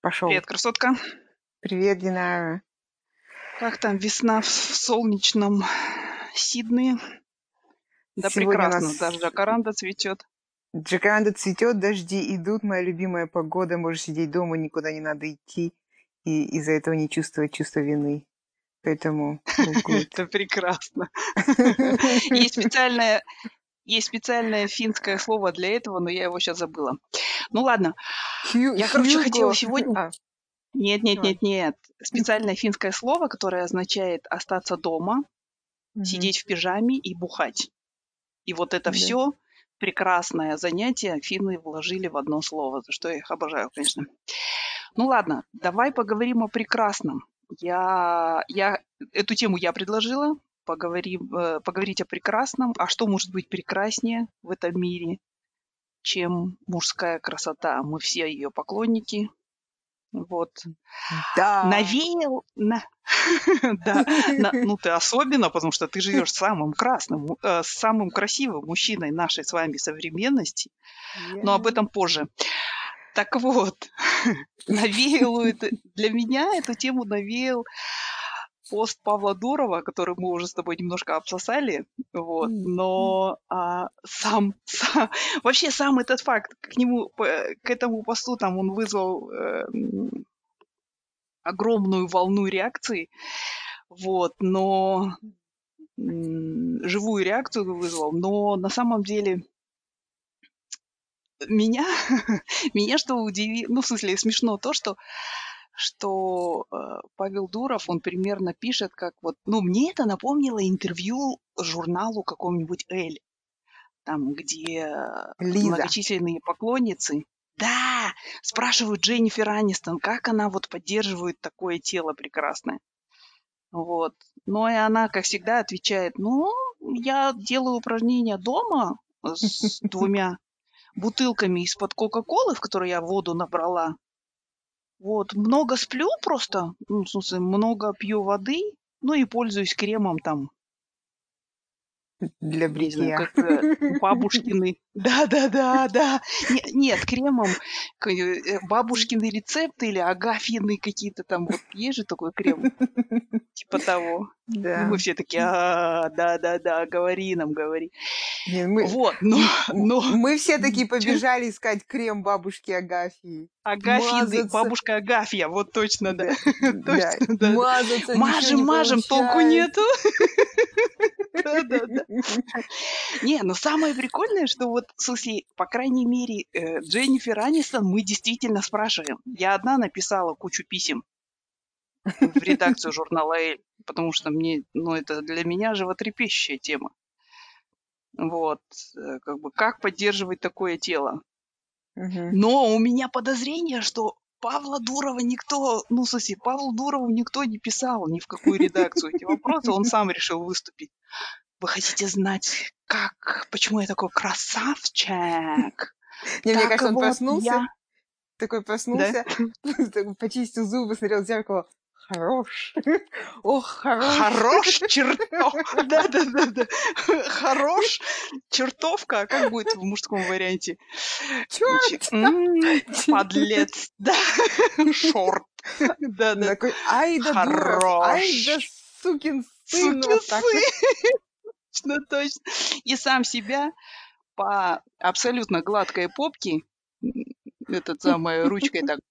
пошел. Привет, красотка. Привет, Динара. Как там весна в солнечном Сиднее? Да Сегодня у прекрасно, нас даже джакаранда цветет. джакаранда цветет, дожди идут, моя любимая погода, можешь сидеть дома, никуда не надо идти, и из-за этого не чувствовать чувство вины. Поэтому all good. Это прекрасно. Есть специальное финское слово для этого, но я его сейчас забыла. Ну ладно. Я, короче, хотела Хьюго. сегодня... Нет. Давай. Специальное финское слово, которое означает остаться дома, сидеть в пижаме и бухать. И вот это Да. все прекрасное занятие финны вложили в одно слово, за что я их обожаю, конечно. Ну ладно, давай поговорим о прекрасном. Эту тему я предложила, поговорить о прекрасном. А что может быть прекраснее в этом мире, чем мужская красота? Мы все ее поклонники. Вот. Да. Навеял... Да, ну ты особенно, потому что ты живешь с самым красивым мужчиной нашей с вами современности. Но об этом позже. Так вот, для меня эту тему навеял пост Павла Дурова, который мы уже с тобой немножко обсосали, вот, но вообще сам этот факт, к этому посту там он вызвал огромную волну реакций, вот, но живую реакцию вызвал, но на самом деле меня что удивило, ну, в смысле, смешно то, что Павел Дуров, он примерно пишет, как вот, ну, мне это напомнило интервью журналу какому-нибудь «Эль», там, где Лиза. многочисленные поклонницы, да, спрашивают Дженнифер Анистон, как она вот поддерживает такое тело прекрасное. Вот. Но и она, как всегда, отвечает, ну, я делаю упражнения дома с 2 бутылками из-под Кока-Колы, в которой я воду набрала. Вот, много сплю просто, ну, в смысле, много пью воды, ну и пользуюсь кремом там, Для не знаю, бритья. как бабушкины. Да. Нет, кремом бабушкины рецепты или Агафьины какие-то там, вот есть же такой крем, типа того. И Да. мы все такие, да, говори нам, говори. Не, Вот, но мы все такие побежали искать крем бабушки Агафьи. Агафьины, бабушка Агафья, вот точно, да. Да. Точно, да. Мазаться ничего не Мажем, толку нету. Да. Не, но самое прикольное, что вот, в смысле, по крайней мере, Дженнифер Анистон мы действительно спрашиваем. Я одна написала кучу писем в редакцию журнала «Эль», потому что это для меня животрепещущая тема. Вот, как бы, как поддерживать такое тело. Но у меня подозрение, что Павла Дурова Павлу Дурову никто не писал ни в какую редакцию эти вопросы, он сам решил выступить. Вы хотите знать, почему я такой красавчик? Мне кажется, он вот проснулся, Да? почистил зубы, смотрел в зеркало. Хорош. Ох, хорош. Хорош чертов. Да. Хорош чертовка. А как будет в мужском варианте? Черт. Подлец. Да. Шорт. Да. Такой, ай да Дуров, ай да сукин сын. Сукин сын. Точно. И сам себя по абсолютно гладкой попке, самой ручкой так,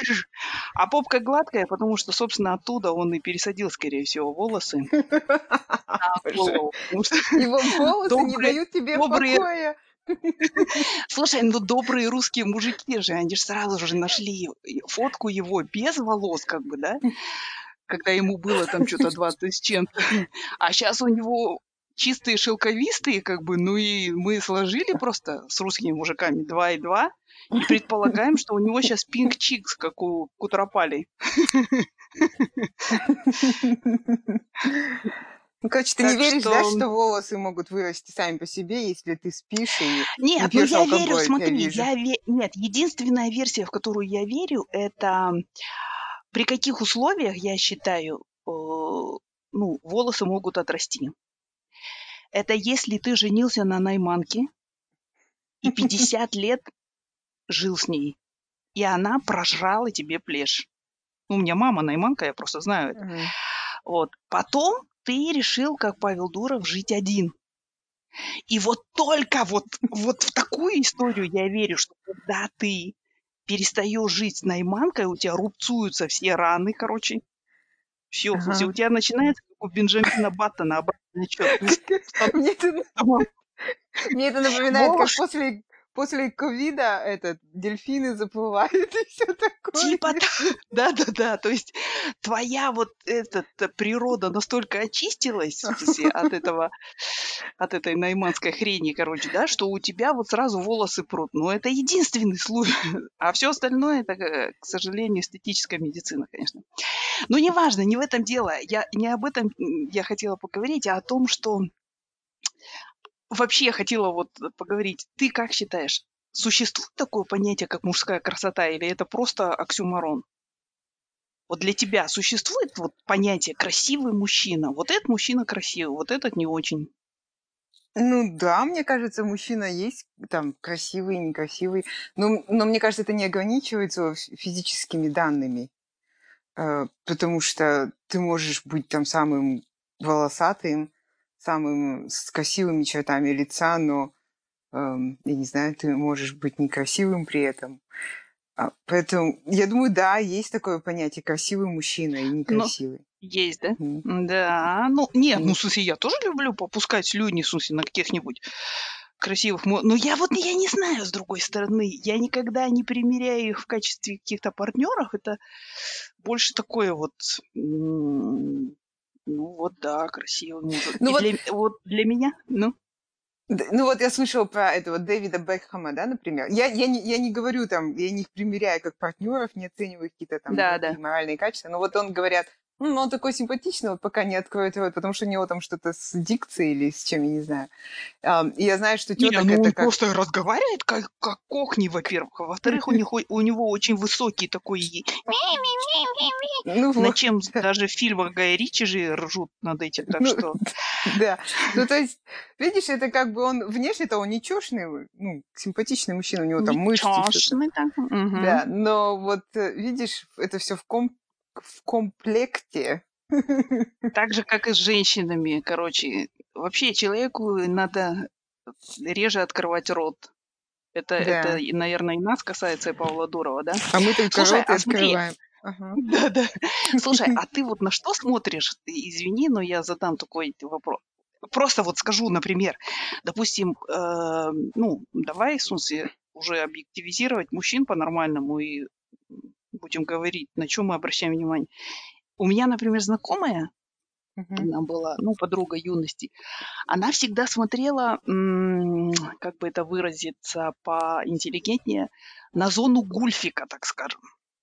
а попка гладкая, потому что, собственно, оттуда он и пересадил, скорее всего, волосы на голову. Его волосы не дают тебе покоя. Слушай, добрые русские мужики же, они же сразу же нашли фотку его без волос, как бы, да? Когда ему было там что-то 20 с чем-то. А сейчас у него чистые шелковистые, как бы, ну и мы сложили просто с русскими мужиками 2 и 2 и предполагаем, что у него сейчас пинк чикс, как у Кутропали. Ну, короче, ты не веришь, да, что волосы могут вырасти сами по себе, если ты спишь и не пьешь я алкоголь, верю, смотри, я вижу. Нет, единственная версия, в которую я верю, это при каких условиях, я считаю, волосы могут отрасти. Это если ты женился на найманке и 50 лет жил с ней. и она прожрала тебе плешь. Ну, у меня мама найманка, я просто знаю это. Мгм. Вот. Потом ты решил, как Павел Дуров, жить один. И вот только вот в такую историю я верю, что когда ты перестаешь жить с найманкой, у тебя рубцуются все раны, короче. Все, в смысле, у Ага. тебя начинается, как у Бенджамина Баттона, обратный отчет. То есть Мне это Мне это напоминает, как волосы после ковида дельфины заплывают и все такое. типа да-да-да. То есть твоя вот природа настолько очистилась, в смысле, от этой найманской хрени, короче, да, что у тебя вот сразу волосы прут. Но это единственный случай. А все остальное — это, к сожалению, эстетическая медицина, конечно. Но неважно, не в этом дело. Я не об этом я хотела поговорить, а о том, что вообще я хотела вот поговорить. Ты как считаешь, существует такое понятие, как мужская красота, или это просто оксюморон? Вот для тебя существует вот понятие красивый мужчина? Вот этот мужчина красивый, вот этот не очень. Ну да, мне кажется, мужчина есть там красивый, некрасивый. Но мне кажется, это не ограничивается физическими данными. Потому что ты можешь быть там самым волосатым, самым с красивыми чертами лица, но, я не знаю, ты можешь быть некрасивым при этом. Поэтому, я думаю, да, есть такое понятие красивый мужчина и Ну, некрасивый. есть, да? Мгм. Да, ну, нет, ну, Мгм. в смысле, я тоже люблю попускать слюни, в смысле, на каких-нибудь красивых но я не знаю, с другой стороны. Я никогда не примеряю их в качестве каких-то партнеров. Это больше такое вот, ну вот да, красивый мужик. Ну И вот, для меня, ну, ну вот я слышала про этого Дэвида Бекхэма, да, например. Я не говорю там, я не их примеряю как партнеров, не оцениваю какие-то там да-да. другие моральные качества, но вот он говорят, он такой симпатичный, вот пока не откроет рот, потому что у него там что-то с дикцией или с чем, я не знаю. И я знаю, что Не, теток ну это он как... просто разговаривает как кохни, во-первых. А во-вторых, у него очень высокий такой Ну над вот, чем даже в фильмах Гая Ричи же ржут над этим. Так ну, что да. Ну, то есть, видишь, это как бы он, внешне-то он нечёшный, ну, симпатичный мужчина, у него там мышцы, все это. нечёшный так. Мгм. Да, но вот, видишь, это все в комплекте. Так же, как и с женщинами. Короче, вообще человеку надо реже открывать рот. Это, Да. наверное, и нас касается, и Павла Дурова, да? А мы только Слушай, рот и а смотри, открываем. Ага. да-да. Слушай, а ты вот на что смотришь? Ты извини, но я задам такой вопрос. Просто вот скажу, например, допустим, ну, давай, в смысле, уже объективизировать мужчин по-нормальному и будем говорить, на чем мы обращаем внимание. У меня, например, знакомая, Мгм. она была, ну, подруга юности, она всегда смотрела, как бы это выразиться поинтеллигентнее, на зону гульфика, так скажем.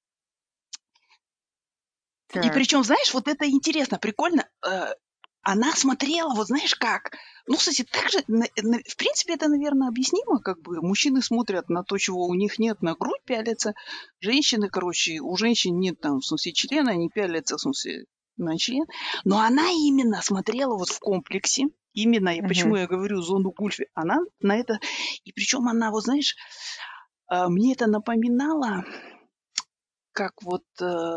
И Так. причем, знаешь, вот это интересно, прикольно. Она смотрела, вот знаешь как? Ну, кстати, так же, в принципе, это, наверное, объяснимо, как бы мужчины смотрят на то, чего у них нет, на грудь пялятся, женщины, короче, у женщин нет там, в смысле, члена, они пялятся, в смысле, на член. Но она именно смотрела вот в комплексе, именно, почему Мгм. я говорю зону гульфи, она на это, и причем она, вот знаешь, мне это напоминало, как вот,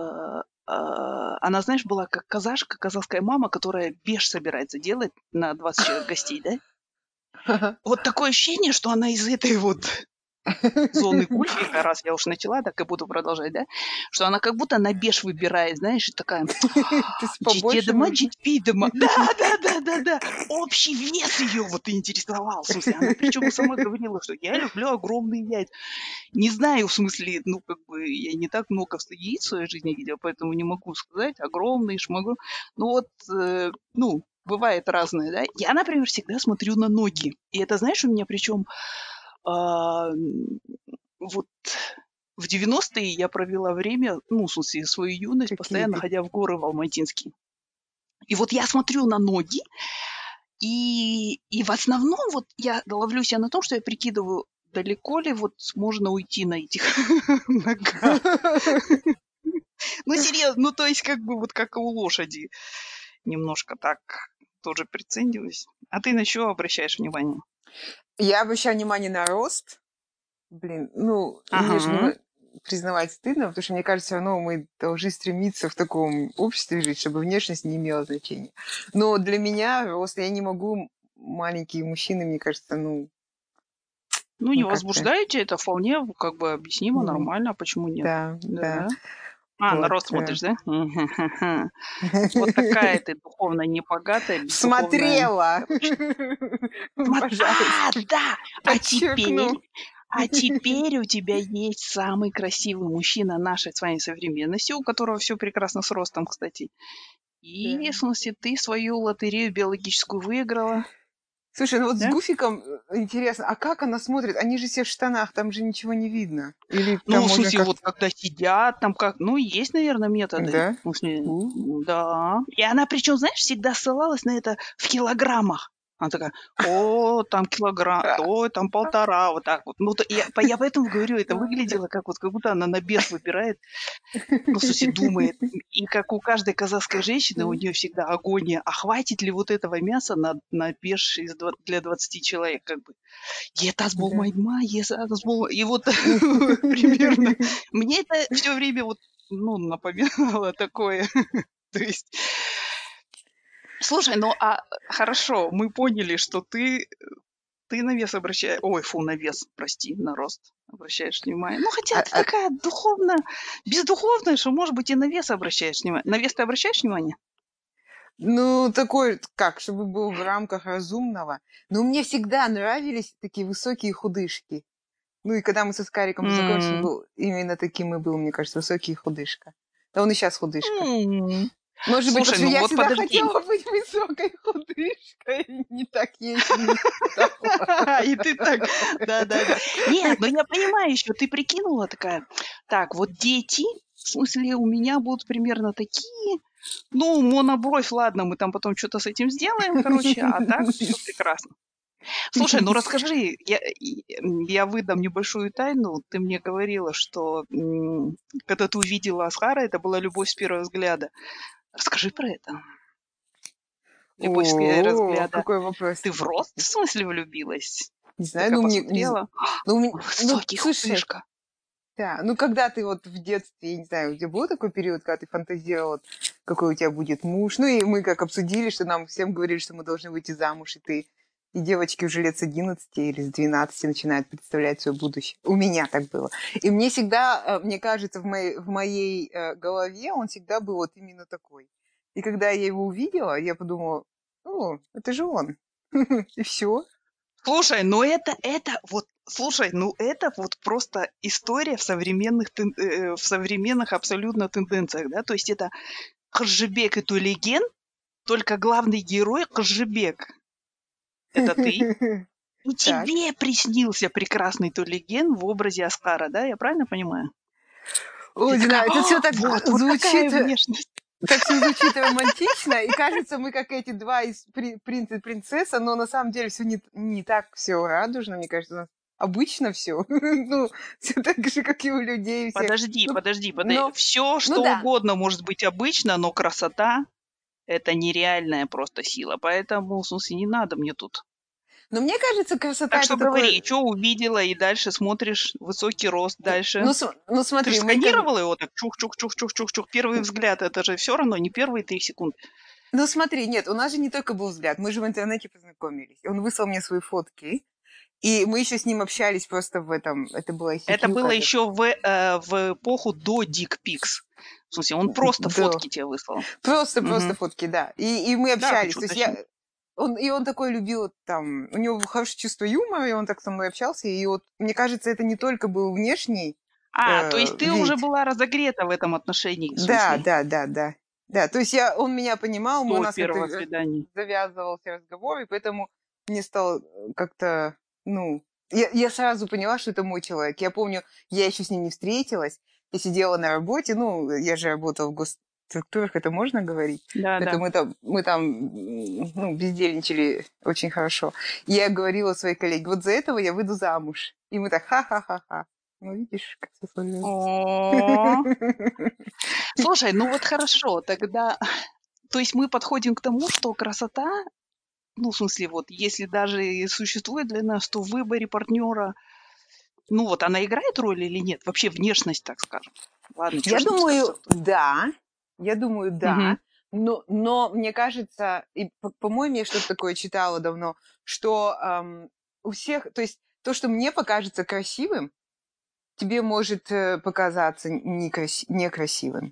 она, знаешь, была как казашка, казахская мама, которая беш собирается делать на 20 человек гостей, да? Вот такое ощущение, что она из этой вот зоны гульфика, раз я уж начала, так и буду продолжать, да, что она как будто на беш выбирает, знаешь, и такая: Ты с побольше "Джитедема, нужно. джитпидема". Да-да-да-да-да. Общий вес ее вот интересовал. В смысле, она причем сама говорила, что: "Я люблю огромные яйца". Не знаю, в смысле, ну, как бы я не так много яиц в своей жизни видела, поэтому не могу сказать, огромные, шмагу. Ну вот, ну, бывает разное, да. Я, например, всегда смотрю на ноги. И это, знаешь, у меня причем вот в 90-е я провела время, ну, в смысле, свою юность, Какие постоянно ты? ходя в горы в Алматинские. И вот я смотрю на ноги, и в основном вот я ловлю себя на том, что я прикидываю, далеко ли вот можно уйти на этих ногах. Ну, серьезно, ну, то есть как бы вот как у лошади. Немножко так тоже прицениваюсь. А ты на чё обращаешь внимание? Я обращаю внимание на рост. Блин, ну, мне же Ага. признавать стыдно, потому что, мне кажется, всё равно мы должны стремиться в таком обществе жить, чтобы внешность не имела значения. Но для меня рост, я не могу, маленькие мужчины, мне кажется, Ну, не как-то, возбуждаете, это вполне как бы объяснимо, ну нормально, почему нет? да, да, Да. А, на вот. рост смотришь, да? Вот такая ты духовно небогатая, бездуховная Смотрела! короче. Пожалуйста, Да! подчеркну. А теперь у тебя есть самый красивый мужчина нашей с вами современности, у которого все прекрасно с ростом, кстати. Да. И, в смысле, ты свою лотерею биологическую выиграла, Слушай, ну вот с да? Гуфиком, интересно, а как она смотрит? Они же все в штанах, там же ничего не видно. Или там Ну, в можно смысле, как-то... вот когда сидят там как, ну, есть, наверное, методы. Да? В смысле, У. да. И она причем, знаешь, всегда ссылалась на это в килограммах. Она такая: "О, там килограмм, ой, там 1,5". Вот так вот. Ну, я поэтому говорю, это выглядело как вот, как будто она на бес выбирает, ну, в смысле, думает. И как у каждой казахской женщины, у нее всегда агония: а хватит ли вот этого мяса на беш для 20 человек, как бы. "Етаз Да. болмайды етаз бол". И вот примерно мне это все время вот, ну, напоминало такое. То есть, слушай, ну, хорошо, мы поняли, что ты на вес обращаешь, ой, фу, на вес, прости, на рост обращаешь внимание. Ну, хотя А, ты а, такая духовно бездуховная, что, может быть, и на вес обращаешь внимание. На вес ты обращаешь внимание? ну, такой, как, чтобы был в рамках разумного. Но мне всегда нравились такие высокие худышки. Ну и когда мы со Скариком познакомились, он М. был именно таким и был, мне кажется, высокий и худышка. Да он и сейчас худышка. М. Может быть, потому Слушай, что ну я вот всегда подожди. хотела быть высокой худышкой. Не так я еще не стала. И ты так, да-да-да. Нет, но я понимаю еще, ты прикинула такая: "Так, вот дети, в смысле, у меня будут примерно такие. Ну, монобровь, ладно, мы там потом что то с этим сделаем, короче, а так все прекрасно". Слушай, ну расскажи, я выдам небольшую тайну. Ты мне говорила, что, когда ты увидела Асхара, это была любовь с первого взгляда. Расскажи про это. Любовь с первого О, взгляда. какой вопрос Ты в рост, в интересный. смысле, влюбилась? Не знаю, Такая ну мне, не з посмотрела: ну, "Высокий, слушай, худышка". да, ну когда ты вот в детстве, я не знаю, у тебя был такой период, когда ты фантазировал, вот, какой у тебя будет муж? Ну и мы как обсудили, что нам всем говорили, что мы должны выйти замуж, и девочки уже лет с 11 или с 12 начинают представлять свое будущее. У меня так было. И мне всегда, мне кажется, в моей голове он всегда был вот именно такой. И когда я его увидела, я подумала, о, это же он. И все. Слушай, ну это вот, слушай, ну это вот просто история в современных абсолютно тенденциях, да. То есть это Кызжыбек и Төлеген, только главный герой Кызжыбек. Это ты. И Так. тебе приснился прекрасный Төлеген в образе Оскара, да? Я правильно понимаю? Ты Ой, не такая: знаю, это все так Вот такая звучит, внешность". так все звучит романтично, и кажется, мы как эти два из принца и принцесса, но на самом деле все не так все радужно, мне кажется, у нас обычно все, ну, все так же, как и у людей всех. Подожди, Ну, подожди, но, все, ну что да. угодно может быть обычно, но красота — это нереальная просто сила. Поэтому, в смысле, не надо мне тут. Но мне кажется, Так красота это что говори, такой, что увидела, и дальше смотришь высокий рост. Дальше. ну Ты же смотри, мы как, сканировала его так чух-чух-чух-чух-чух-чух. Первый взгляд — это же все равно не первые 3 секунды. ну смотри, нет, у нас же не только был взгляд, мы же в интернете познакомились. Он выслал мне свои фотки, и мы еще с ним общались просто в этом, это было Это ICQ, было кажется. еще в эпоху до Dick Pics. В смысле, он просто Да. фотки тебе выслал. Просто Мгм. фотки, да. И мы Да, общались. хочу То есть уточнить. он такой любил там, у него хорошее чувство юмора, и он так со мной общался. И вот, мне кажется, это не только был внешний То есть ты уже вид. была разогрета в этом отношении, в Да, смысле, да, да, да. Да, то есть он меня понимал, у до нас как-то первого свидания? завязывался разговор, и поэтому мне стало как-то, ну, я сразу поняла, что это мой человек. Я помню, я еще с ним не встретилась, я сидела на работе, ну, я же работала в госструктурах, это можно говорить? Да-да. Поэтому мы там ну, бездельничали очень хорошо. И я говорила своей коллеге, вот за этого я выйду замуж. И мы так ха-ха-ха-ха. Ну, видишь, как все сложилось. О. Слушай, ну вот хорошо, тогда, то есть мы подходим к тому, что красота, ну, в смысле, вот если даже и существует для нас, то в выборе партнера Ну вот, она играет роль или нет? Вообще внешность, так скажем. Ладно, чё Я ж там скажешь. думаю, да. Я думаю, Мгм. да. Но мне кажется, и, по-моему, я что-то такое читала давно, что у всех, то есть то, что мне покажется красивым, тебе может показаться некрасивым.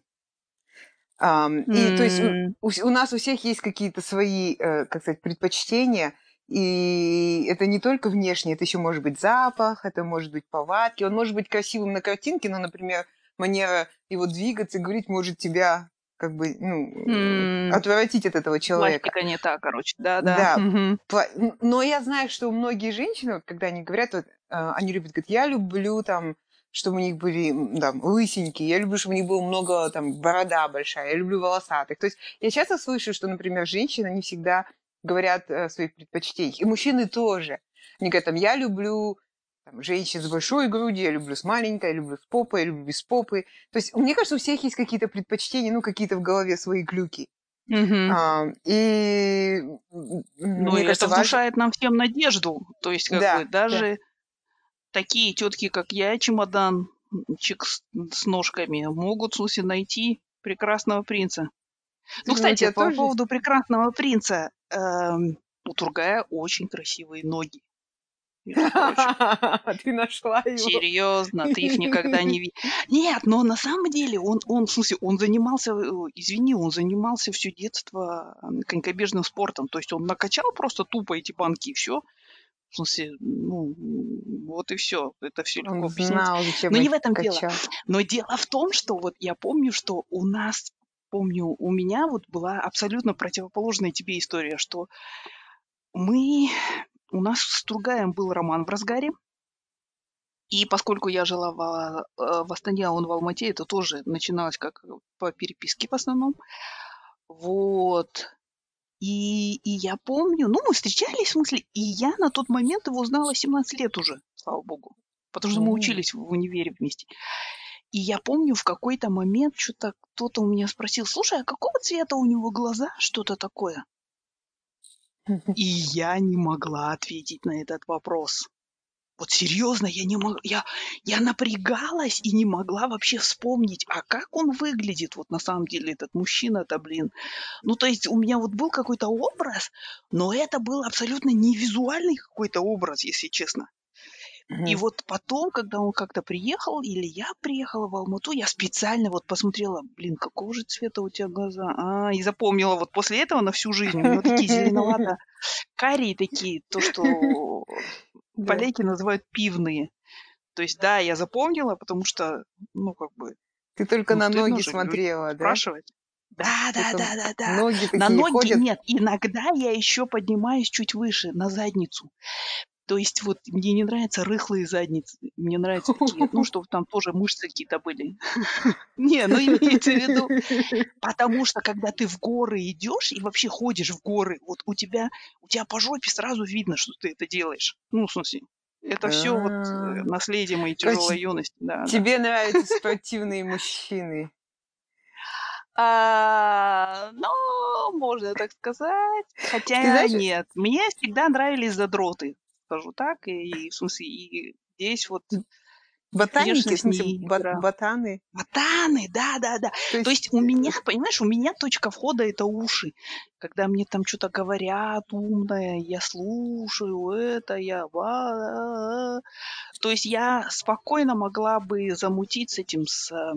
И то есть М, у нас у всех есть какие-то свои, как сказать, предпочтения, и это не только внешне, это еще может быть запах, это может быть повадки. Он может быть красивым на картинке, но, например, манера его двигаться и говорить может тебя как бы, ну, м, отвратить от этого человека. Пластика не та, короче. Да-да. Да, Мгм. но я знаю, что многие женщины, вот когда они говорят, вот, они любят, говорят, я люблю там, чтобы у них были там лысенькие, я люблю, чтобы у них было много там борода большая, я люблю волосатых. То есть я часто слышу, что, например, женщины, они всегда говорят о своих предпочтениях, и мужчины тоже. Они говорят, там, я люблю там, женщин с большой грудью, я люблю с маленькой, я люблю с попой, я люблю без попы. То есть мне кажется, у всех есть какие-то предпочтения, ну, какие-то в голове свои глюки. Мгм. И Ну, мне и это кажется, важно... внушает нам всем надежду. То есть, как бы, Да, да. даже такие тетки, как я, чемоданчик с ножками, могут, в смысле, найти прекрасного принца. Ты Ну, думаю, у кстати, тебя по тоже есть? поводу прекрасного принца. У Тургая очень красивые ноги, между прочим. Ты нашла его. Серьезно, ты их никогда не видел. Нет, но на самом деле в смысле, он занимался, извини, он занимался все детство конькобежным спортом. То есть он накачал просто тупо эти банки и все. В смысле, ну, вот и все. Это все Он легко объяснить. знал, Но зачем не их в этом дело. качал. Но дело в том, что вот я помню, что у меня вот была абсолютно противоположная тебе история, что мы, у нас с Тургаем был роман в разгаре, и поскольку я жила в Астане, а он в Алмате, это тоже начиналось как по переписке в основном. Вот. И я помню, ну, мы встречались, в смысле, и я на тот момент его знала 17 лет уже, слава богу. Потому что мы О. учились в универе вместе. И я помню, в какой-то момент что-то кто-то у меня спросил, слушай, а какого цвета у него глаза? Что-то такое. И я не могла ответить на этот вопрос. Вот серьезно, я напрягалась и не могла вообще вспомнить, а как он выглядит, вот на самом деле этот мужчина-то, блин. Ну, то есть у меня вот был какой-то образ, но это был абсолютно не визуальный какой-то образ, если честно. И Мгм. вот потом, когда он как-то приехал, или я приехала в Алмату, я специально вот посмотрела, блин, какого же цвета у тебя глаза? И запомнила вот после этого на всю жизнь. У него такие зеленовато-карие такие, то, что Да. поляки называют пивные. То есть, да, я запомнила, потому что, ну, как бы, Ты только ну, на стыдно ноги же людей смотрела, да? спрашивать. Да, да, Только да, да, да. ноги На такие ноги ходят. нет. Иногда я еще поднимаюсь чуть выше, на задницу. То есть вот мне не нравятся рыхлые задницы. Мне нравятся такие, ну, чтобы там тоже мышцы какие-то были. Не, ну имеется в виду, потому что когда ты в горы идешь и вообще ходишь в горы, вот у тебя по жопе сразу видно, что ты это делаешь. Ну, в смысле, это все вот А. наследие моей тяжелой Короче, юности, да, да. тебе нравятся спортивные мужчины. Ну, можно так сказать. Ты Хотя знаешь, нет, мне всегда нравились задроты, скажу так. И в смысле, и здесь вот их ботаники, в внешность смысле, не играла. ботаны. Ботаны, да-да-да. То То есть, есть у меня, понимаешь, у меня точка входа — это уши. Когда мне там что то говорят умное, я слушаю это, То есть я спокойно могла бы замутить с этим,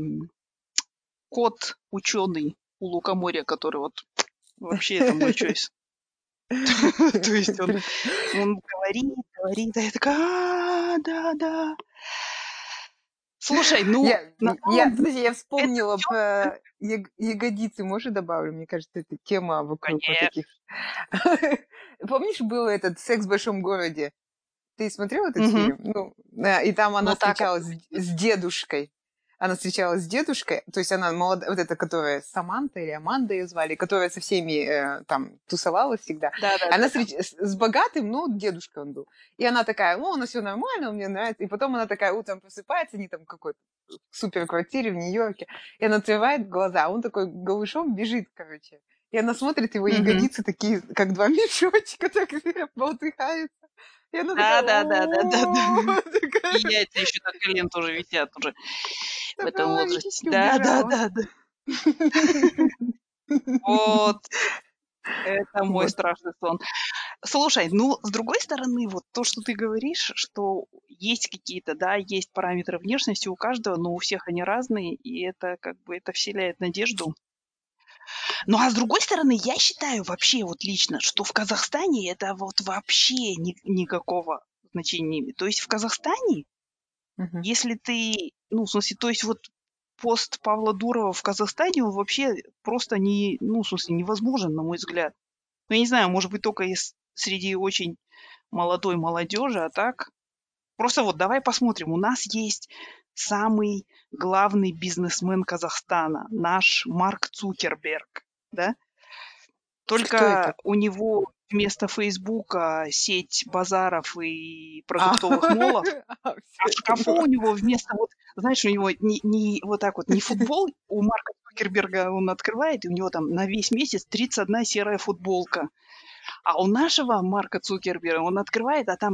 кот ученый у лукоморья, который вот вообще это мой чойс. То есть он прик- он говорит, а я такая: да-да". Слушай, ну, на самом деле подожди, я это вспомнила всё про ягодицы, можно добавлю? Мне кажется, это тема вокруг вот конечно. таких. Помнишь, был этот «Секс в большом городе»? Ты смотрел этот Мгм. фильм? Ну, да, и там она Ну так встречалась с дедушкой. Она встречалась с дедушкой, то есть она молодая, вот эта, которая Саманта или Аманда ее звали, которая со всеми там тусовалась всегда. Она да-да-да-да. с богатым, ну, дедушкой он был. И она такая, ну, у нас все нормально, мне нравится. И потом она такая утром просыпается, не там какой-то супер квартире в Нью-Йорке, и она открывает глаза, а он такой голышом бежит, короче. И она смотрит, его Мгм. ягодицы такие, как два мешочка, так болтыхаются. И она такая: Да-да-да-да-да-да. «О!» И такая, яйца еще до колен тоже висят уже в этом собрала возрасте. вещички, убежала. Да-да-да-да. Вот, это мой Вот. страшный сон. Слушай, ну, с другой стороны, вот то, что ты говоришь, что есть какие-то, да, есть параметры внешности у каждого, но у всех они разные, и это как бы это вселяет надежду. Ну, а с другой стороны, я считаю вообще вот лично, что в Казахстане это вот вообще никакого значения не имеет. То есть в Казахстане, Мгм. если ты, ну, в смысле, то есть вот пост Павла Дурова в Казахстане, он вообще просто не, ну, в смысле, невозможен, на мой взгляд. Ну, я не знаю, может быть, только среди очень молодой молодежи, а так просто вот давай посмотрим. У нас есть самый главный бизнесмен Казахстана, наш Марк Цукерберг, да? Кто это? Только у него вместо "Фейсбука" сеть базаров и А, продуктовых моллов, всё, а в я шкафу поняла. у него вместо вот, знаешь, у него не вот так вот, не футбол, у Марка Цукерберга он открывает, и у него там на весь месяц 31 серая футболка. А у нашего Марка Цукерберга он открывает, а там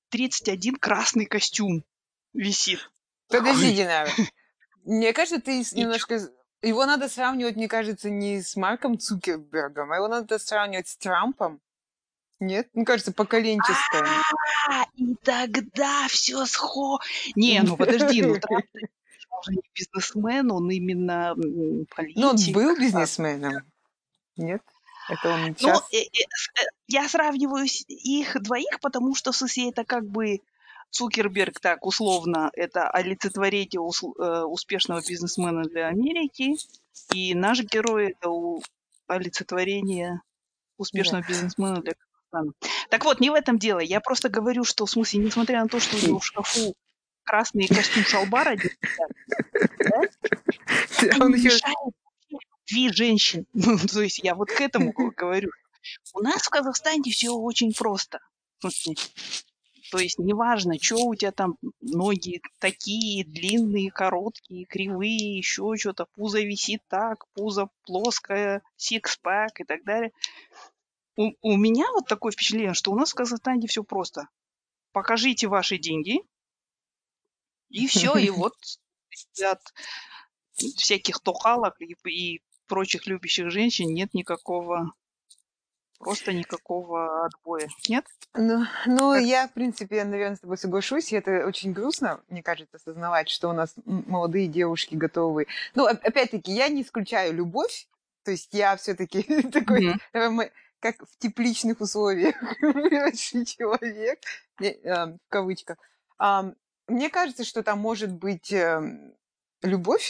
31 красный костюм висит. Подожди, Такой, Динара. Мне кажется, ты и чё? немножко... Его надо сравнивать, мне кажется, не с Марком Цукербергом, а его надо сравнивать с Трампом. Нет? Мне кажется, поколенческое. И тогда все Не, ну подожди, ну Трамп, он же не бизнесмен, он именно, Но он был политик. бизнесменом. Нет? Это он Ну, сейчас... я сравниваю их двоих, потому что, в смысле, это как бы Цукерберг, так условно, это олицетворение успешного бизнесмена для Америки, и наш герой — это олицетворение Да. успешного бизнесмена для Казахстана. Так вот, не в этом дело. Я просто говорю, что, в смысле, несмотря на то, что у него в шкафу красный костюм-шалбар один висят, да, это Он не еще... мешает любви женщин. Ну, то есть я вот к этому говорю. У нас в Казахстане все очень просто. В смысле, то есть неважно, что у тебя там ноги такие длинные, короткие, кривые, еще что-то, пузо висит так, пузо плоское, сикспэк и так далее. У меня вот такое впечатление, что у нас в Казахстане все просто. Покажите ваши деньги, и все, и вот от всяких тохалок и прочих любящих женщин нет никакого, просто никакого отбоя. Нет? Ну, Как? я, в принципе, наверное, с тобой соглашусь. И это очень грустно, мне кажется, осознавать, что у нас молодые девушки готовы. Ну, опять-таки, я не исключаю любовь. То есть я все-таки такой, Мгм. как в тепличных условиях выросший человек, в кавычках. Ам, Мне кажется, что там может быть любовь.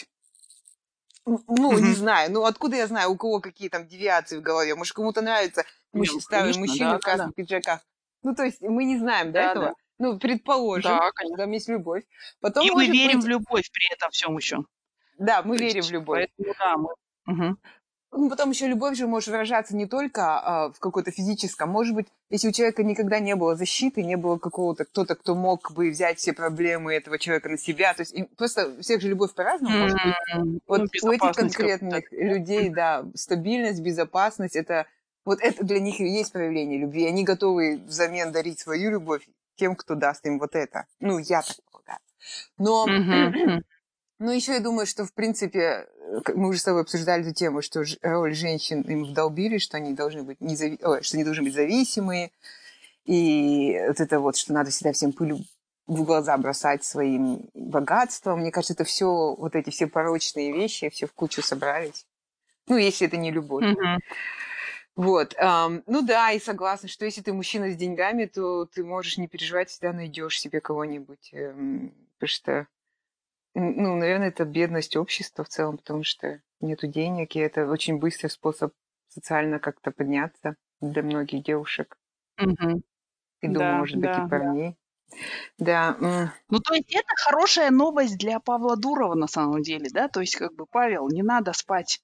Ну, не Мгм. знаю. Ну, откуда я знаю, у кого какие там девиации в голове? Может, кому-то нравятся Не, ну, старые конечно, мужчины в да-да-да. красных пиджаках. Ну, то есть мы не знаем, да, Да-да. этого? Ну, предположим, Да, что конечно. там есть любовь. Потом И мы может верим быть, в любовь при этом всем еще. да, мы То верим в есть, любовь. поэтому да, мы. Мгм. Ну, потом еще любовь же может выражаться не только в какой-то физическом. Может быть, если у человека никогда не было защиты, не было какого-то кто-то, кто мог бы взять все проблемы этого человека на себя. То есть просто у всех же любовь по-разному может быть. Ну, Вот у этих безопасность какую-то. конкретных людей, да, стабильность, безопасность, вот это для них и есть проявление любви. Они готовы взамен дарить свою любовь тем, кто даст им вот это. Ну, я так полагаю. Но Мгм. Мгм. но еще я думаю, что, в принципе, мы уже с тобой обсуждали эту тему, что роль женщин им вдолбили, что они должны быть, что они должны быть зависимые, и вот это вот, что надо всегда всем пыль в глаза бросать своим богатством. Мне кажется, это все, вот эти все порочные вещи, все в кучу собрались. Ну, если это не любовь. Мгм. Вот. Ну да, и согласна, что если ты мужчина с деньгами, то ты можешь не переживать, всегда найдешь себе кого-нибудь. Потому что ну, наверное, это бедность общества в целом, потому что нету денег, и это очень быстрый способ социально как-то подняться для многих девушек. Мгм. И думаю, Да, может быть, и да, да. парней. Да, Ну, то есть это хорошая новость для Павла Дурова на самом деле, да? То есть как бы, Павел, не надо спать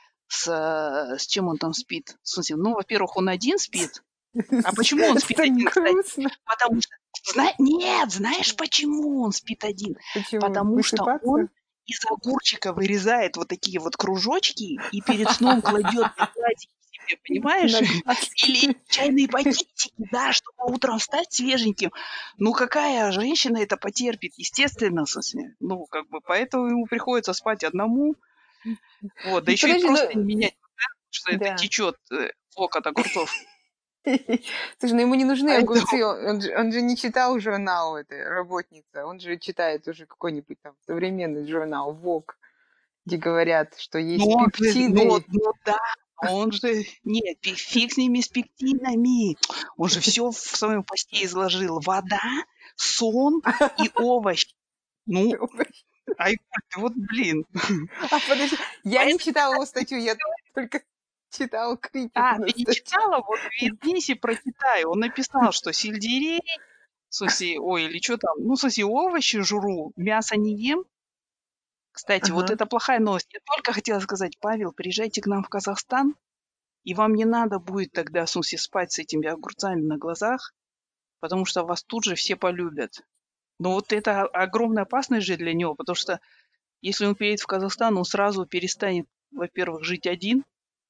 с чем он там спит. В смысле, ну, во-первых, он один спит. А почему он это спит так один, кстати? грустно. Потому что, нет, знаешь, почему он спит один? Почему? Потому что он Высыпаться? из огурчика вырезает вот такие вот кружочки и перед сном кладет для гладить себе, понимаешь? На глазки. Или чайные пакетики, да, чтобы утром встать свеженьким. Ну, какая женщина это потерпит? Естественно, в смысле. Ну, как бы, поэтому ему приходится спать одному. Вот, да Ну, еще и подожди, ну, просто не менять, что это да. течет сок от огурцов. Слушай, ну ему не нужны Поэтому, огурцы, он же не читал журнал этой работница, он же читает уже какой-нибудь там современный журнал Vogue, где говорят, что ну, есть он же, ну, пептиды. ну да, он же, нет, фиг с ними, с пектинами. Он же все в своем посте изложил. Вода, сон и овощи. Ну, Айгуль, ты вот, блин. А подожди, я не Поэтому, читала его статью, я только читала критику на ты не статью. читала? Вот вернись и прочитай. Он написал, что сельдерей, в смысле, ой, или что там, ну, в смысле, овощи жру, мясо не ем. Кстати, вот Ага. это плохая новость. Я только хотела сказать, Павел, приезжайте к нам в Казахстан, и вам не надо будет тогда, в смысле, спать с этими огурцами на глазах, потому что вас тут же все полюбят. Но вот это огромная опасность же для него, потому что если он приедет в Казахстан, он сразу перестанет, во-первых, жить один,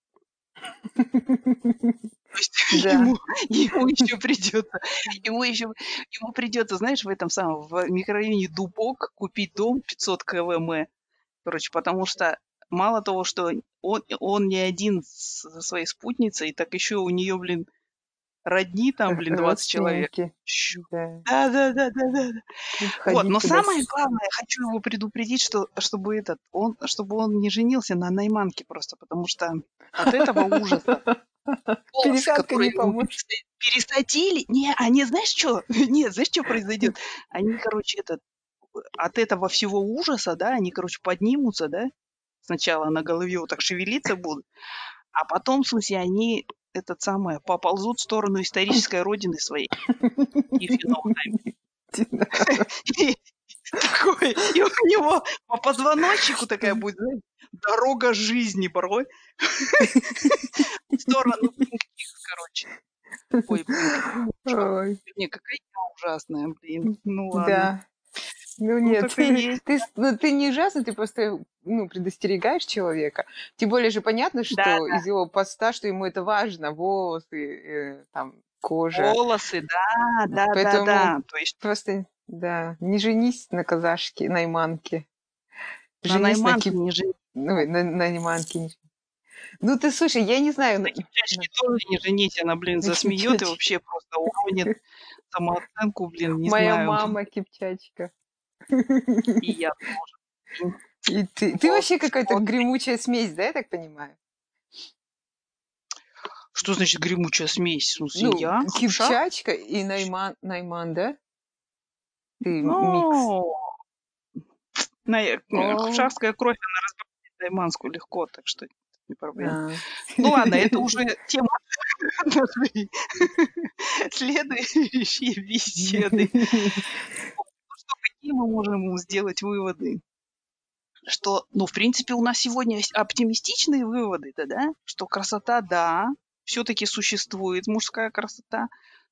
то есть Да. ему еще придется, ему придется, знаешь, в этом самом, в микрорайоне Дубок купить дом 500 квм, короче, потому что мало того, что он не один со своей спутницей, так еще у нее, блин, родни там, блин, 20 человек. Родственники. Чё? Да. Да. Будут Вот, ходить но туда. самое главное, хочу его предупредить, что чтобы он не женился на найманке просто, потому что от этого ужаса волосы, Пересадка не которые ему поможет. пересадили, не, они знаешь что? Нет, знаешь, что произойдет? Они, короче, от этого всего ужаса, да, они, короче, поднимутся, да, сначала на голове вот так шевелиться будут, а потом, в смысле, они поползут в сторону исторической родины своей, Ефиновой. И такой, и у него по позвоночнику такая будет, знаешь, дорога жизни порой в сторону их, короче. Ой, блин, какой ужас. Ой, Не, какая я ужасная, блин. Ну ладно. да. Ну Ну нет, так и есть. ты не ужасно, ты просто, ну, предостерегаешь человека. Тем более же понятно, Да, что из его поста, что ему это важно, волосы, там, кожа. волосы, да, Поэтому да. То есть просто, да, не женись на казашке, найманке. на Женись на найманке не женись. ну, на найманке. Ну, ты слушай, я не знаю, На кипчачке тоже не женись, она, блин, на засмеет и кипчачке. вообще просто уронит самооценку, блин, не Моя знаю. мама кипчачка. И я тоже. И ты Вот, вообще какая-то вот. гремучая смесь, да, я так понимаю? Что значит гремучая смесь? В смысле, Ну, я? Хапшак? кипчачка и найман, да? Ты микс. Ну, О, хапшарская кровь, она разбавляет найманскую легко, так что не проблема. а. Ну ладно, это уже тема нашей следующей беседы. Ну что, какие мы можем сделать выводы? Что, ну, в принципе, у нас сегодня есть оптимистичные выводы-то, да? Что красота, да, все-таки существует мужская красота,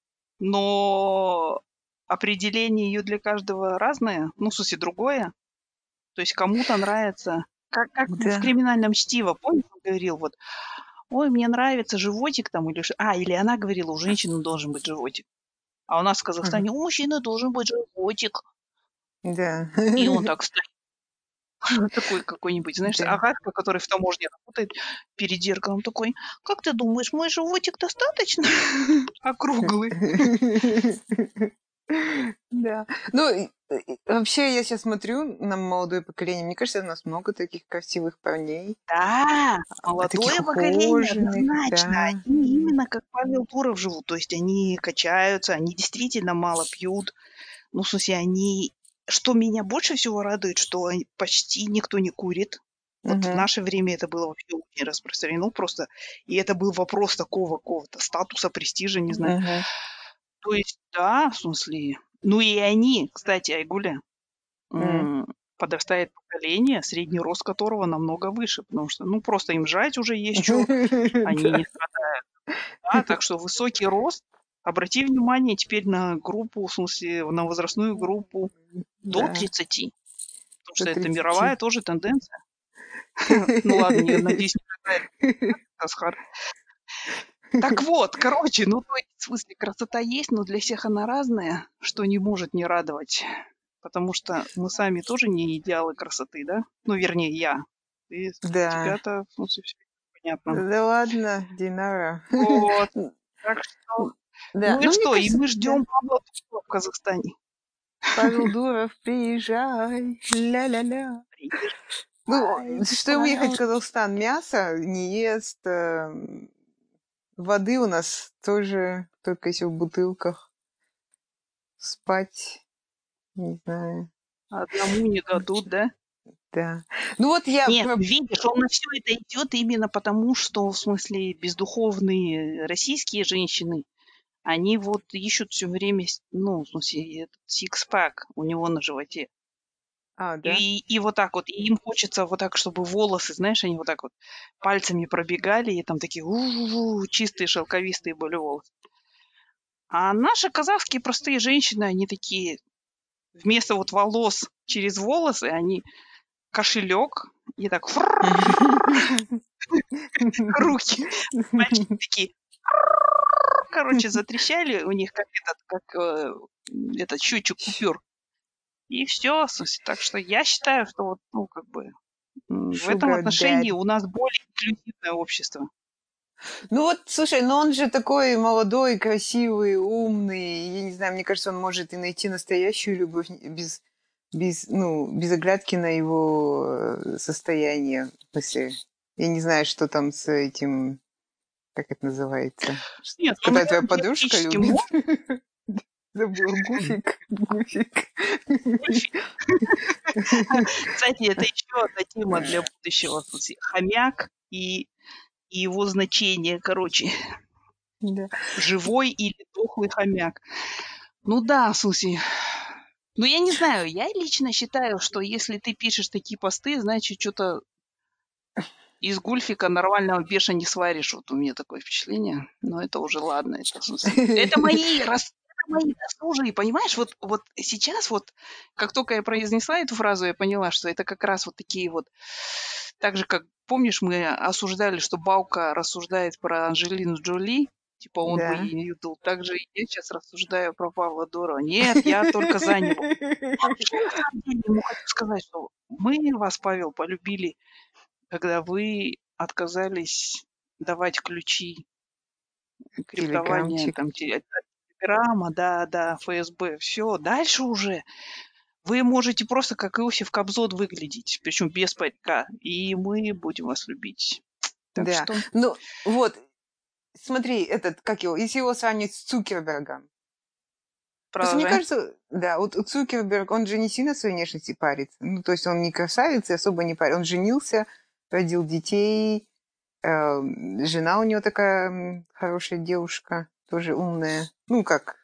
но определение ее для каждого разное, ну, в смысле, другое. То есть кому-то нравится, как в Да. «Криминальном чтиво», помнишь, он говорил, вот, ой, мне нравится животик там, или она говорила, у женщины должен быть животик. А у нас в Ага. Казахстане у мужчины должен быть животик. Да. И он так стоит, такой какой-нибудь, знаешь, Да. агатка, который в таможне работает, перед зеркалом такой, как ты думаешь, мой животик достаточно округлый? Да. Ну, вообще, я сейчас смотрю на молодое поколение. Мне кажется, у нас много таких красивых парней, Да, таких молодое поколение ухоженных, однозначно. да. Они именно как Павел Туров живут. То есть они качаются, они действительно мало пьют. Ну, в смысле, что меня больше всего радует, что почти никто не курит. Вот в Мгм. наше время это было вообще очень распространено просто. И это был вопрос такого какого-то статуса, престижа, не знаю. Мгм. То есть, да, в смысле. Ну и они, кстати, Айгуля, М. подрастает поколение, средний рост которого намного выше, потому что, ну, просто им жрать уже есть чё, они не Да. страдают. Да, так что высокий рост. Обрати внимание теперь на группу, в смысле, на возрастную группу до Да, 30, потому до что это 30. мировая тоже тенденция. Ну ладно, я надеюсь, не какая-то Асхар. Так вот, короче, ну, то есть, в смысле, красота есть, но для всех она разная, что не может не радовать. Потому что мы сами тоже не идеалы красоты, да? Ну, вернее, я. И Да. тебя-то, в смысле, всё понятно. Да ладно, Динара. Вот. Так что, Да, ну и ну мне что? И кажется, мы да. ждем Павла Дурова в Казахстане. Павел Дуров, приезжай, ля-ля-ля. Ну, Приезжай, что ему ехать в пожалуйста. Казахстан? Мясо не ест, воды у нас тоже только еще в бутылках. Спать, не знаю, Одному не дадут, да? да. Ну вот я Нет, видишь, он на все это идет именно потому, что, в смысле, бездуховные российские женщины, они вот ищут все время, ну, в смысле, этот сикспак у него на животе. да? И вот так вот, и им хочется вот так, чтобы волосы, знаешь, они вот так вот пальцами пробегали, и там такие чистые шелковистые были волосы. А наши казахские простые женщины, они такие, вместо вот волос через волосы, они кошелек и так руки, пальчики такие, короче, затрещали у них как этот счетчик купюр. И все. Так что я считаю, что вот, ну, как бы в этом Sugar отношении daddy. у нас более инклюзивное общество. Ну вот, слушай, но он же такой молодой, красивый, умный. Я не знаю, мне кажется, он может и найти настоящую любовь без оглядки на его состояние. В смысле, я не знаю, что там с этим, как это называется, Нет, ну, какая твоя наверное, подружка теоретически любит. можно. Забыл, Гуфик. Кстати, это еще одна тема для будущего. В смысле, хомяк и его значение, короче, Да. живой или дохлый хомяк. Ну да, в смысле, ну я не знаю, я лично считаю, что если ты пишешь такие посты, значит, что-то из гульфика нормального беша не сваришь. Вот у меня такое впечатление. Но это уже ладно. Это, в смысле, это мои досужие, понимаешь? Вот сейчас вот, как только я произнесла эту фразу, я поняла, что это как раз вот такие вот, так же, как, помнишь, мы осуждали, что Баука рассуждает про Анджелину Джоли, типа он бы Да. ей дал. Так же и я сейчас рассуждаю про Павла Дурова. Нет, я только за него. Я вообще на самом деле ему хочу сказать, что мы вас, Павел, полюбили, когда вы отказались давать ключи криптования Телеграмчик. там от Телеграма, да, ФСБ. Все, дальше уже вы можете просто как Иосиф Кобзон выглядеть, причем без парика, и мы будем вас любить. Так Да. что Ну, вот, смотри, как его, если его сравнить с Цукербергом. Просто мне продолжай. кажется, да, вот Цукерберг, он же не сильно своей внешности парится. Ну, то есть он не красавец и особо не парится. Он женился, родил детей, жена у него такая хорошая девушка, тоже умная. Ну, как,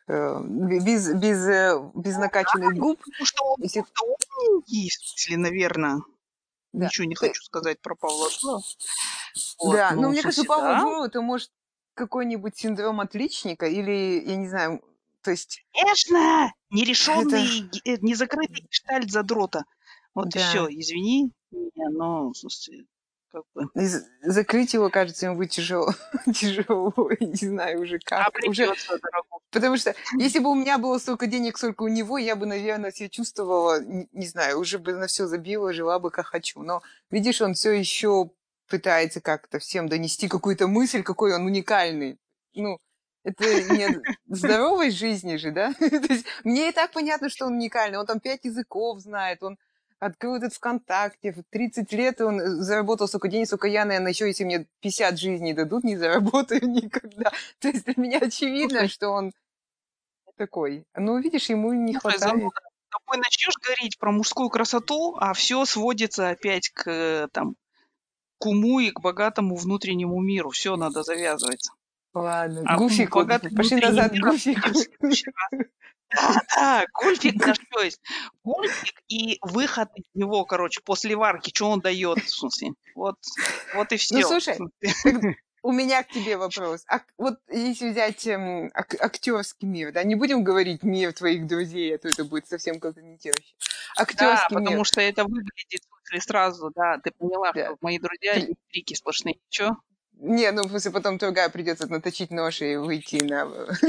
без накачанных губ. Потому что он Если, просто умненький, в смысле, наверное. да. Ничего не хочу сказать про Павла Дурова. Вот, Да, но ну, в мне кажется, у смысле, Павла да. Дурова это может какой-нибудь синдром отличника или, я не знаю, то есть Конечно! это, Нерешенный, незакрытый гештальт задрота. Вот и все. да, Извини меня, но, в смысле, как бы закрыть его, кажется, ему будет тяжело, тяжело, я не знаю уже а как, уже, придется, дорогой. потому что если бы у меня было столько денег, сколько у него, я бы, наверное, себя чувствовала, не знаю, уже бы на все забила, жила бы как хочу, но видишь, он все еще пытается как-то всем донести какую-то мысль, какой он уникальный, ну, это не здоровой жизни же, да? То есть мне и так понятно, что он уникальный. Он там 5 языков знает, он открыл этот ВКонтакте. В 30 лет он заработал столько денег, сколько я, наверное, еще если мне 50 жизней дадут, не заработаю никогда. То есть для меня очевидно, Слушай, что он такой. Ну, видишь, ему не слушай, хватает. зануда, с тобой начнешь говорить про мужскую красоту, а все сводится опять к уму и к богатому внутреннему миру. Все надо завязывать. Ладно, А Гуфику. богатый Пошли внутренний назад к мир обсудим в Гуфику. следующий раз. Да, гульфик наш, то есть гульфик и выход из него, короче, после варки, что он дает, в смысле. Вот и Ну, все. слушай, у меня к тебе вопрос. Вот если взять актерский мир, да, не будем говорить мир твоих друзей, а то это будет совсем компрометирующе. Да, Актерский мир, потому что это выглядит в смысле сразу, да, ты поняла, да. что мои друзья не фрики сплошные. Чё? Не, ну, в смысле, потом другая придется наточить нож и выйти на...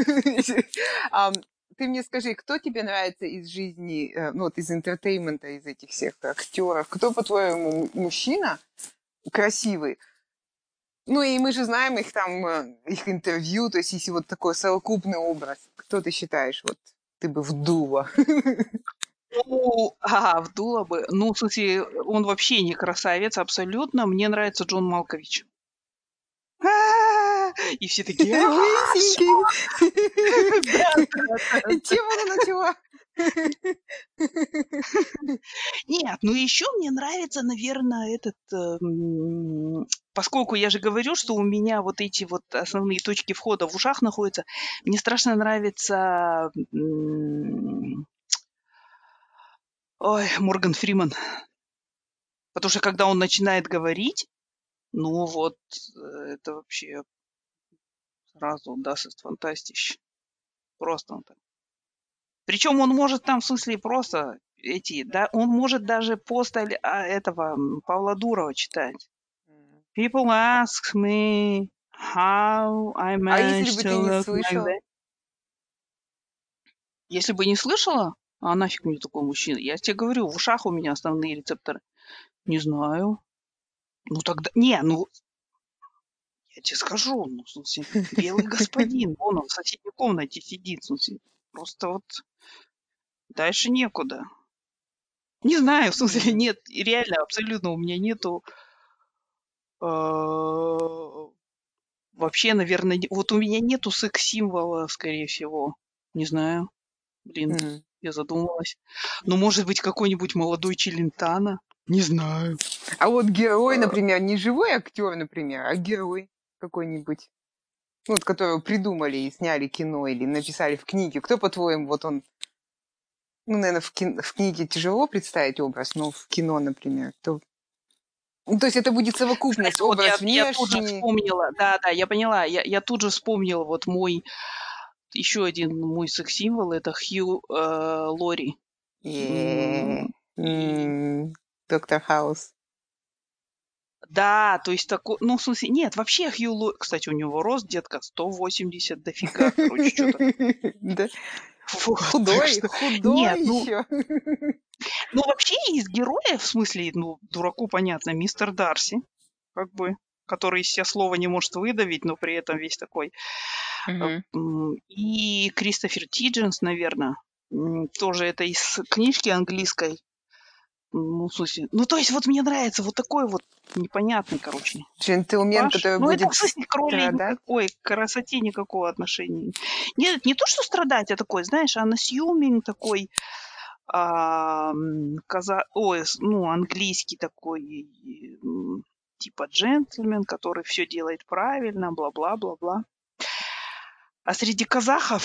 Ты мне скажи, кто тебе нравится из жизни, ну, вот из интертеймента, из этих всех актеров? Кто, по-твоему, мужчина красивый? Ну, и мы же знаем их там, их интервью, то есть если вот такой совокупный образ, кто ты считаешь, вот ты бы вдула? Ну, вдуло бы. Ну, в смысле, он вообще не красавец абсолютно. Мне нравится Джон Малкович. И все такие: "Всё!" Лысенький. Да, да. Чем она начала? Нет, ну еще мне нравится, наверное, поскольку я же говорю, что у меня вот эти вот основные точки входа в ушах находятся, мне страшно нравится, Морган Фриман. Потому что когда он начинает говорить, ну вот, это вообще сразу das ist fantastisch. Просто он так. Причем он может там, в смысле, просто он может даже пост этого Павла Дурова читать. People ask me how I А если managed бы to ты не look like слышала? that. Если бы не слышала, а нафиг мне такой мужчина? Я тебе говорю, в ушах у меня основные рецепторы. Не знаю. Ну тогда... ну я тебе скажу, ну, в смысле, белый господин, вон он в соседней комнате сидит, в смысле, просто вот дальше некуда. Не знаю, в смысле, нет, и реально, абсолютно у меня нету вообще, наверное, вот у меня нету секс-символа, скорее всего. Не знаю, блин, я задумалась. Ну, может быть, какой-нибудь молодой Челентано? Не знаю. А вот герой, например, не живой актер, например, а герой какой-нибудь. Ну, вот которого придумали и сняли кино или написали в книге. Кто, по-твоему, вот он... Ну, наверное, в книге тяжело представить образ, но в кино, например, кто... Ну, то есть это будет совокупность, Кстати, вот образ я тут же внешний. вспомнила, да, я поняла, я тут же вспомнила вот еще один мой секс-символ, это Хью Лори. И Доктор Хаус. да, то есть такой, ну, в смысле, нет, вообще Хью Лори, кстати, у него рост, детка, 180 дофига, короче, что-то. Да. Вот, так Худой, что... Нет, худой ну еще. вообще из героев, в смысле, ну, дураку понятно, мистер Дарси, как бы, который из себя слова не может выдавить, но при этом весь такой. И Кристофер Тидженс, наверное, тоже это из книжки английской. Ну, в смысле, ну, то есть вот мне нравится вот такой вот непонятный, короче, Джентльмен, типаж. который Ну, это, будет в смысле, к роли страдать. никакой, к красоте никакого отношения. Нет, не то, что страдать, а такой, знаешь, unassuming такой, английский такой, типа джентльмен, который все делает правильно, бла-бла-бла-бла. А среди казахов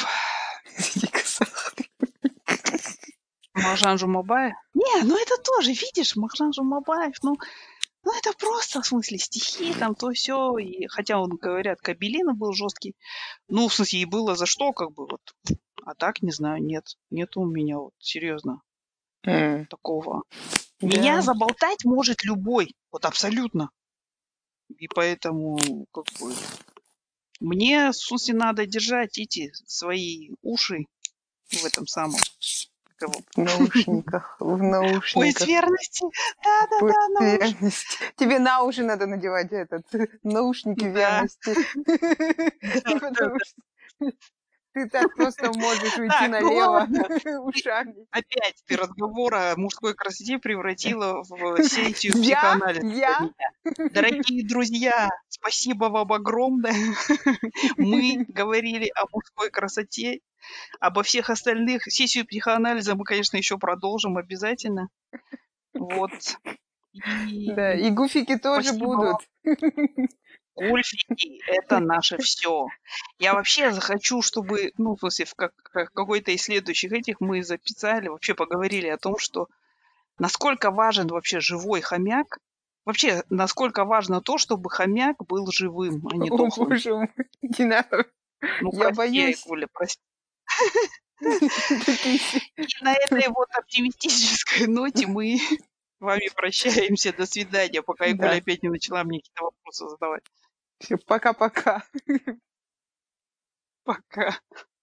Махжан Жумабаев. Не, ну это тоже, видишь, Махжан Жумабаев, ну это просто, в смысле, стихи, там то все. И хотя он, говорят, Кабелина был жесткий. Ну, в смысле, и было за что, как бы вот. А так, не знаю, нет у меня вот серьезно такого. Меня Да. заболтать может любой, вот абсолютно. И поэтому, как бы, мне, в смысле, надо держать эти свои уши в этом самом, как его, В наушниках. пояс верности. Пояс Да-да-да, наушники. верности. Тебе на уши надо надевать наушники Да, верности. да, Потому что ты так просто можешь уйти Так, ну налево ладно. ушами. Опять ты разговор о мужской красоте превратила в сессию Я? психоанализа для Я? меня. Дорогие друзья, спасибо вам огромное. Мы говорили о мужской красоте, обо всех остальных. Сессию психоанализа мы, конечно, еще продолжим обязательно. Вот. Да, И и гуфики тоже спасибо вам. будут. Гольфики — это наше все. Я вообще захочу, чтобы, ну, в смысле, в какой-то из следующих этих мы записали, вообще поговорили о том, что насколько важен вообще живой хомяк, вообще, насколько важно то, чтобы хомяк был живым, а не О, дохлым. боже мой, не надо. Ну, Я прости, боюсь. Айгуля, прости. Такие И на этой вот оптимистической ноте мы с вами прощаемся. До свидания, пока Айгуля Да. опять не начала мне какие-то вопросы задавать. Всё, пока-пока. Пока.